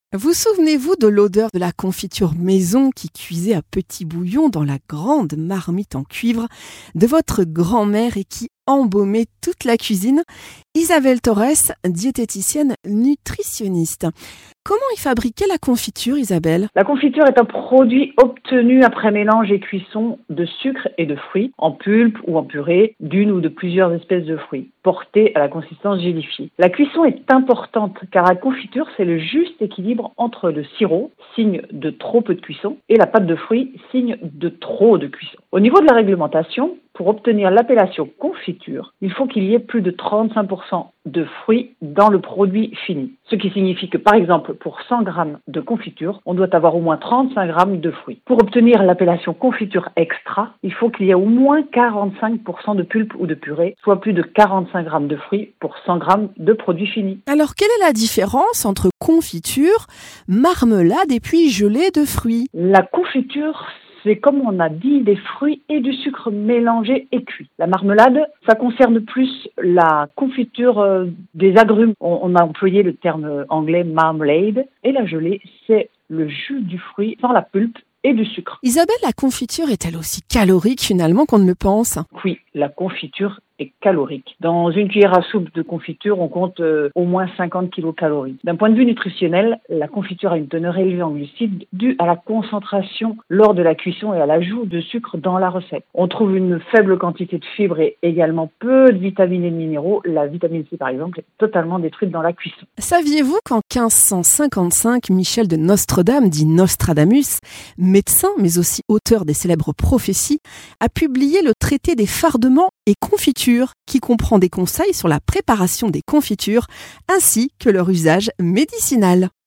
Vous souvenez-vous de l'odeur de la confiture maison qui cuisait à petit bouillon dans la grande marmite en cuivre de votre grand-mère et qui embaumait toute la cuisine? Isabelle Torres, diététicienne nutritionniste. Comment y fabriquer la confiture, Isabelle? La confiture est un produit obtenu après mélange et cuisson de sucre et de fruits, en pulpe ou en purée, d'une ou de plusieurs espèces de fruits, portés à la consistance gélifiée. La cuisson est importante car la confiture, c'est le juste équilibre entre le sirop, signe de trop peu de cuisson, et la pâte de fruits, signe de trop de cuisson. Au niveau de la réglementation, pour obtenir l'appellation confiture, il faut qu'il y ait plus de 35% de fruits dans le produit fini. Ce qui signifie que, par exemple, pour 100 g de confiture, on doit avoir au moins 35 g de fruits. Pour obtenir l'appellation confiture extra, il faut qu'il y ait au moins 45% de pulpe ou de purée, soit plus de 45 g de fruits pour 100 g de produit fini. Alors, quelle est la différence entre confiture, marmelade et puis gelée de fruits? La confiture, c'est comme on a dit, des fruits et du sucre mélangés et cuits. La marmelade, ça concerne plus la confiture des agrumes. On a employé le terme anglais marmalade. Et la gelée, c'est le jus du fruit sans la pulpe et du sucre. Isabelle, la confiture est-elle aussi calorique finalement qu'on ne le pense? Oui, la confiture est calorique. Dans une cuillère à soupe de confiture, on compte au moins 50 kilocalories. D'un point de vue nutritionnel, la confiture a une teneur élevée en glucides due à la concentration lors de la cuisson et à l'ajout de sucre dans la recette. On trouve une faible quantité de fibres et également peu de vitamines et de minéraux. La vitamine C, par exemple, est totalement détruite dans la cuisson. Saviez-vous qu'en 1555, Michel de Nostredame, dit Nostradamus, médecin mais aussi auteur des célèbres prophéties, a publié le traité des fardements et confitures qui comprend des conseils sur la préparation des confitures ainsi que leur usage médicinal.